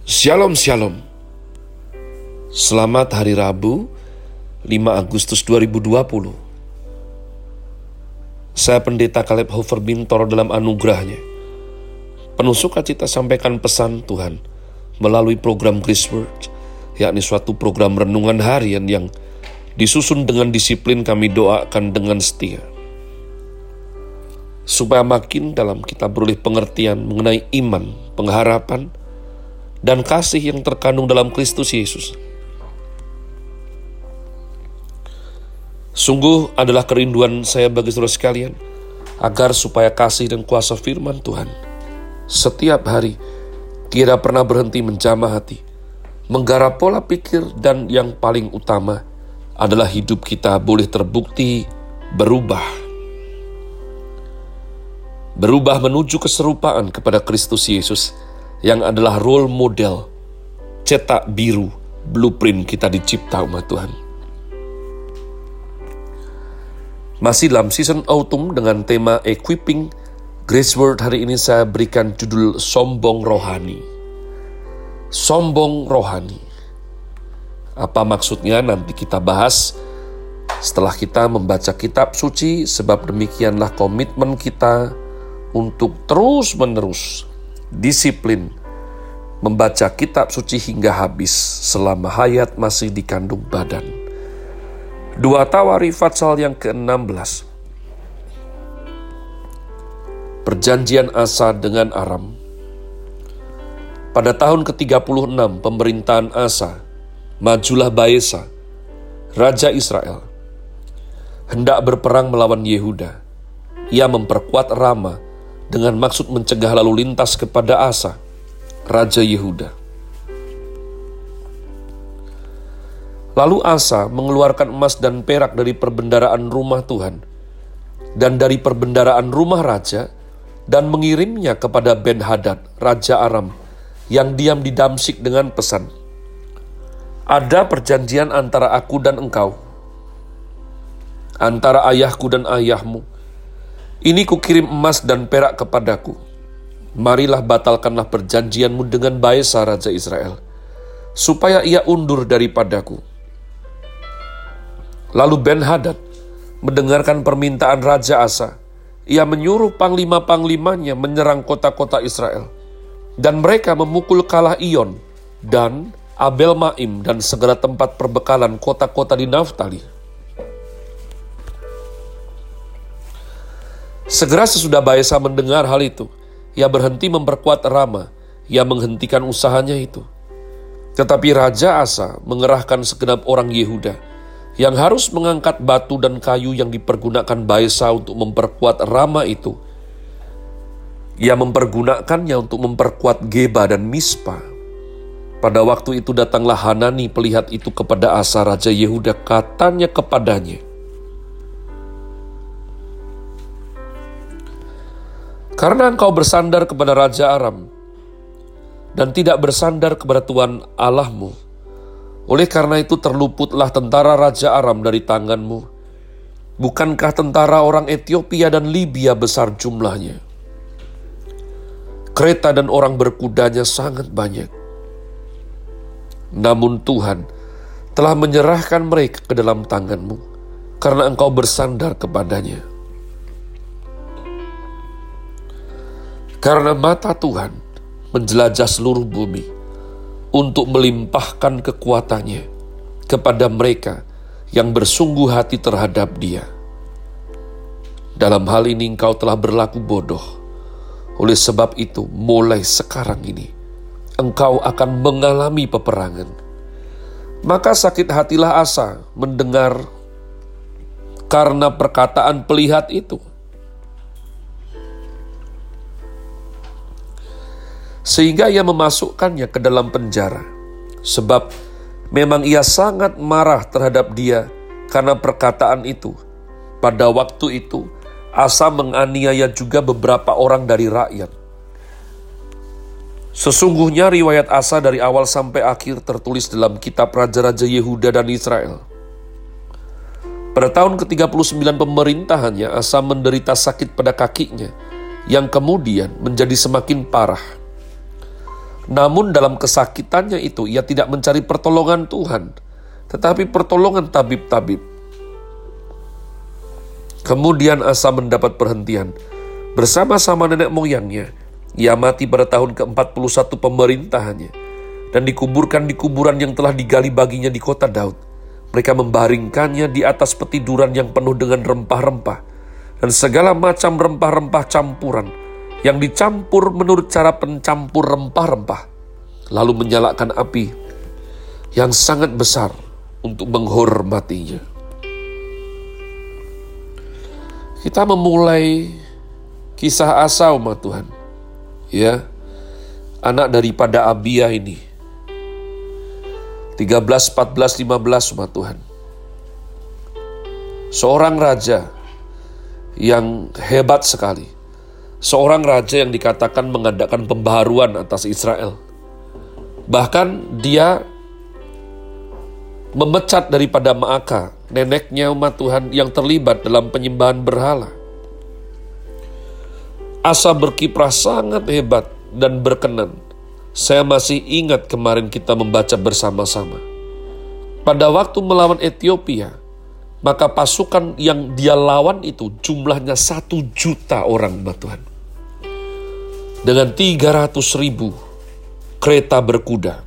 Shalom Shalom. Selamat hari Rabu 5 Agustus 2020. Saya Pendeta Caleb Hofer Bintoro dalam anugerahnya penuh sukacita sampaikan pesan Tuhan melalui program Grace Word, yakni suatu program renungan harian yang disusun dengan disiplin. Kami doakan dengan setia supaya makin dalam kita beroleh pengertian mengenai iman, pengharapan, dan kasih yang terkandung dalam Kristus Yesus. Sungguh adalah kerinduan saya bagi saudara sekalian, agar supaya kasih dan kuasa firman Tuhan setiap hari tidak pernah berhenti menjamah hati, menggarap pola pikir, dan yang paling utama adalah hidup kita boleh terbukti berubah menuju keserupaan kepada Kristus Yesus, yang adalah role model, cetak biru, blueprint kita dicipta umat Tuhan. Masih dalam season autumn dengan tema equipping, Grace Word hari ini saya berikan judul sombong rohani. Sombong rohani. Apa maksudnya nanti kita bahas setelah kita membaca kitab suci, sebab demikianlah komitmen kita untuk terus-menerus disiplin membaca kitab suci hingga habis selama hayat masih dikandung badan. 2 Tawarikh pasal yang ke-16. Perjanjian Asa dengan Aram. Pada tahun ke-36 pemerintahan Asa, majulah Baesa, raja Israel, hendak berperang melawan Yehuda. Ia memperkuat Rama dengan maksud mencegah lalu lintas kepada Asa, raja Yehuda. Lalu Asa mengeluarkan emas dan perak dari perbendaraan rumah Tuhan dan dari perbendaraan rumah raja, dan mengirimnya kepada Ben-Hadad, raja Aram, yang diam di Damsyik dengan pesan, "Ada perjanjian antara aku dan engkau, antara ayahku dan ayahmu. Ini kukirim emas dan perak kepadaku. Marilah batalkanlah perjanjianmu dengan Baesa raja Israel, supaya ia undur daripadaku." Lalu Ben-Hadad mendengarkan permintaan Raja Asa. Ia menyuruh panglima-panglimanya menyerang kota-kota Israel, dan mereka memukul kalah Iyon dan Abel-Maim dan segala tempat perbekalan kota-kota di Naftali. Segera sesudah Baesa mendengar hal itu, ia berhenti memperkuat Rama. Ia menghentikan usahanya itu. Tetapi Raja Asa mengerahkan segenap orang Yehuda yang harus mengangkat batu dan kayu yang dipergunakan Baesa untuk memperkuat Rama itu. Ia mempergunakannya untuk memperkuat Geba dan Mispa. Pada waktu itu datanglah Hanani pelihat itu kepada Asa raja Yehuda, katanya kepadanya, "Karena engkau bersandar kepada Raja Aram dan tidak bersandar kepada Tuhan Allahmu, oleh karena itu terluputlah tentara Raja Aram dari tanganmu. Bukankah tentara orang Ethiopia dan Libya besar jumlahnya? Kereta dan orang berkudanya sangat banyak. Namun Tuhan telah menyerahkan mereka ke dalam tanganmu, karena engkau bersandar kepadanya. Karena mata Tuhan menjelajah seluruh bumi untuk melimpahkan kekuatannya kepada mereka yang bersungguh hati terhadap Dia. Dalam hal ini engkau telah berlaku bodoh. Oleh sebab itu, mulai sekarang ini engkau akan mengalami peperangan." Maka sakit hatilah Asa mendengar karena perkataan pelihat itu, sehingga ia memasukkannya ke dalam penjara. Sebab memang ia sangat marah terhadap dia karena perkataan itu. Pada waktu itu, Asa menganiaya juga beberapa orang dari rakyat. Sesungguhnya riwayat Asa dari awal sampai akhir tertulis dalam kitab Raja-Raja Yehuda dan Israel. Pada tahun ke-39 pemerintahannya, Asa menderita sakit pada kakinya, yang kemudian menjadi semakin parah. Namun dalam kesakitannya itu, ia tidak mencari pertolongan Tuhan, tetapi pertolongan tabib-tabib. Kemudian Asa mendapat perhentian. Bersama-sama nenek moyangnya, ia mati pada tahun ke-41 pemerintahannya, dan dikuburkan di kuburan yang telah digali baginya di kota Daud. Mereka membaringkannya di atas petiduran yang penuh dengan rempah-rempah, dan segala macam rempah-rempah campuran, yang dicampur menurut cara pencampur rempah-rempah, lalu menyalakan api yang sangat besar untuk menghormatinya. Kita memulai kisah Asa, umat Tuhan. Ya, anak daripada Abia ini. 13, 14, 15 umat Tuhan. Seorang raja yang hebat sekali. Seorang raja yang dikatakan mengadakan pembaharuan atas Israel. Bahkan dia memecat daripada Maaka, neneknya umat Tuhan yang terlibat dalam penyembahan berhala. Asa berkiprah sangat hebat dan berkenan. Saya masih ingat kemarin kita membaca bersama-sama. Pada waktu melawan Ethiopia, maka pasukan yang dia lawan itu jumlahnya 1 juta orang, umat Tuhan. Dengan 300.000 kereta berkuda.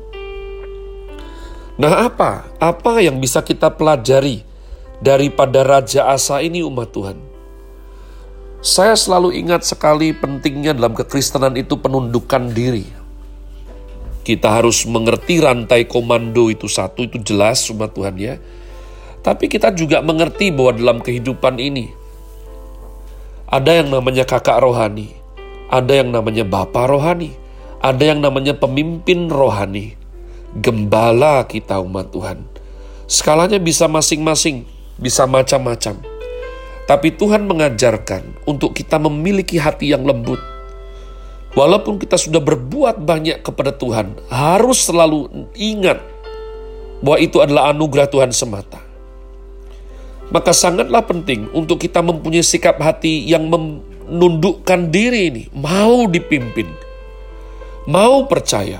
Nah, apa yang bisa kita pelajari daripada Raja Asa ini, umat Tuhan? Saya selalu ingat sekali pentingnya dalam kekristenan itu penundukan diri. Kita harus mengerti rantai komando itu satu, itu jelas umat Tuhan ya. Tapi kita juga mengerti bahwa dalam kehidupan ini ada yang namanya kakak rohani, ada yang namanya bapak rohani, ada yang namanya pemimpin rohani, gembala kita umat Tuhan. Skalanya bisa masing-masing, bisa macam-macam. Tapi Tuhan mengajarkan untuk kita memiliki hati yang lembut. Walaupun kita sudah berbuat banyak kepada Tuhan, harus selalu ingat bahwa itu adalah anugerah Tuhan semata. Maka sangatlah penting untuk kita mempunyai sikap hati yang menundukkan diri ini, mau dipimpin, mau percaya,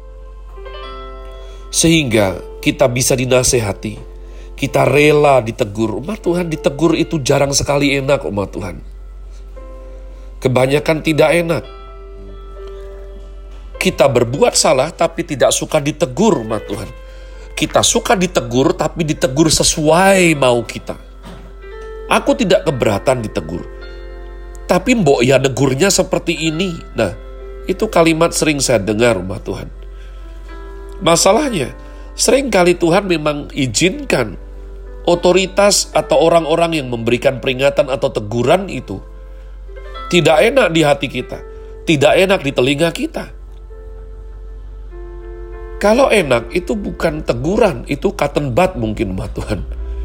sehingga kita bisa dinasehati, kita rela ditegur. Umat Tuhan, ditegur itu jarang sekali enak, umat Tuhan. Kebanyakan tidak enak. Kita berbuat salah tapi tidak suka ditegur, umat Tuhan. Kita suka ditegur tapi ditegur sesuai mau kita. Aku tidak keberatan ditegur, tapi mbok ya negurnya seperti ini. Nah, itu kalimat sering saya dengar, umat Tuhan. Masalahnya, sering kali Tuhan memang izinkan otoritas atau orang-orang yang memberikan peringatan atau teguran itu tidak enak di hati kita, tidak enak di telinga kita. Kalau enak itu bukan teguran, itu cotton bud mungkin, umat Tuhan.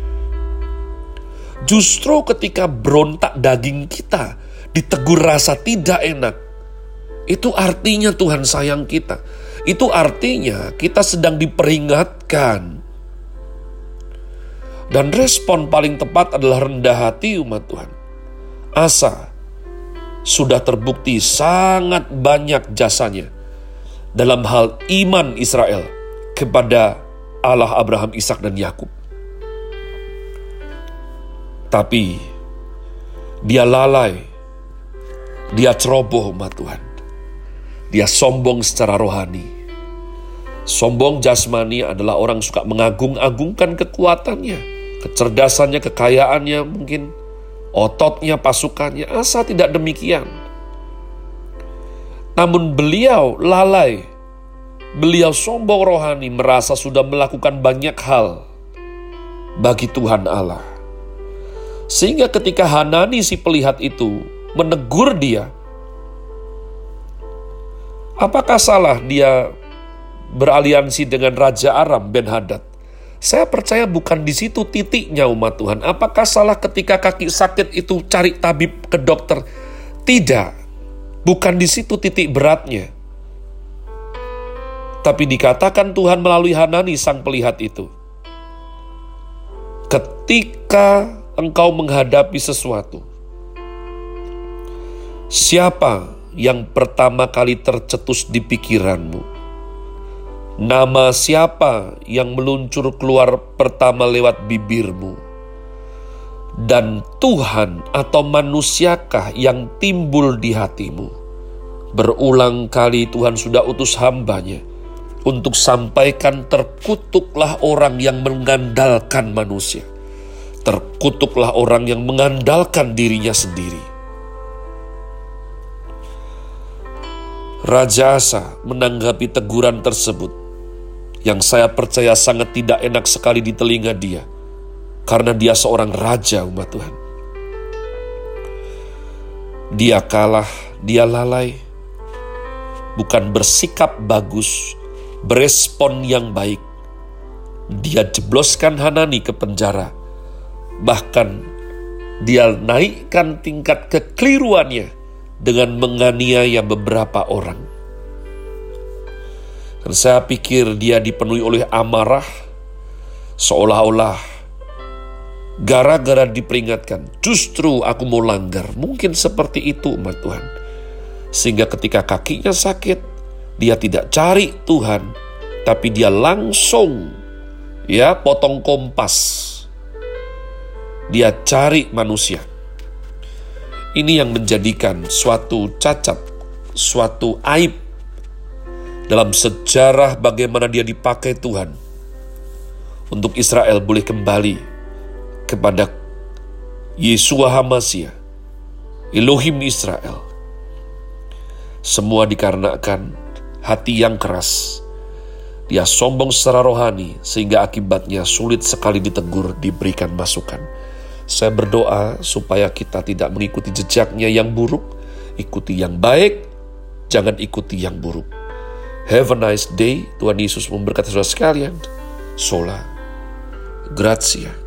Justru ketika berontak daging kita ditegur rasa tidak enak, itu artinya Tuhan sayang kita. Itu artinya kita sedang diperingatkan. Dan respon paling tepat adalah rendah hati, umat Tuhan. Asa sudah terbukti sangat banyak jasanya dalam hal iman Israel kepada Allah Abraham, Ishak, dan Yakub. Tapi dia lalai, dia ceroboh, umat Tuhan. Dia sombong secara rohani. Sombong jasmani adalah orang suka mengagung-agungkan kekuatannya, kecerdasannya, kekayaannya, mungkin ototnya, pasukannya. Asa tidak demikian. Namun beliau lalai, beliau sombong rohani, merasa sudah melakukan banyak hal bagi Tuhan Allah. Sehingga ketika Hanani si pelihat itu menegur dia, apakah salah dia beraliansi dengan Raja Aram Ben-Hadad? Saya percaya bukan di situ titiknya, umat Tuhan. Apakah salah ketika kaki sakit itu cari tabib ke dokter? Tidak. Bukan di situ titik beratnya. Tapi dikatakan Tuhan melalui Hanani sang pelihat itu, ketika engkau menghadapi sesuatu, siapa yang pertama kali tercetus di pikiranmu? Nama siapa yang meluncur keluar pertama lewat bibirmu? Dan Tuhan atau manusiakah yang timbul di hatimu? Berulang kali Tuhan sudah utus hambanya untuk sampaikan, terkutuklah orang yang mengandalkan manusia. Terkutuklah orang yang mengandalkan dirinya sendiri. Raja Asa menanggapi teguran tersebut, yang saya percaya sangat tidak enak sekali di telinga dia, karena dia seorang raja umat Tuhan. Dia kalah, dia lalai, bukan bersikap bagus, berespon yang baik. Dia jebloskan Hanani ke penjara, bahkan dia naikkan tingkat kekeliruannya dengan menganiaya beberapa orang. Dan saya pikir dia dipenuhi oleh amarah, seolah-olah gara-gara diperingatkan, justru aku mau langgar. Mungkin seperti itu umat Tuhan. Sehingga ketika kakinya sakit, dia tidak cari Tuhan, tapi dia langsung potong kompas. Dia cari manusia. Ini yang menjadikan suatu cacat, suatu aib dalam sejarah bagaimana dia dipakai Tuhan untuk Israel boleh kembali kepada Yeshua HaMashiach, Elohim Israel. Semua dikarenakan hati yang keras. Dia sombong secara rohani sehingga akibatnya sulit sekali ditegur, diberikan masukan. Saya berdoa supaya kita tidak mengikuti jejaknya yang buruk, ikuti yang baik, jangan ikuti yang buruk. Have a nice day. Tuhan Yesus memberkati saudara sekalian. Sola Gratia.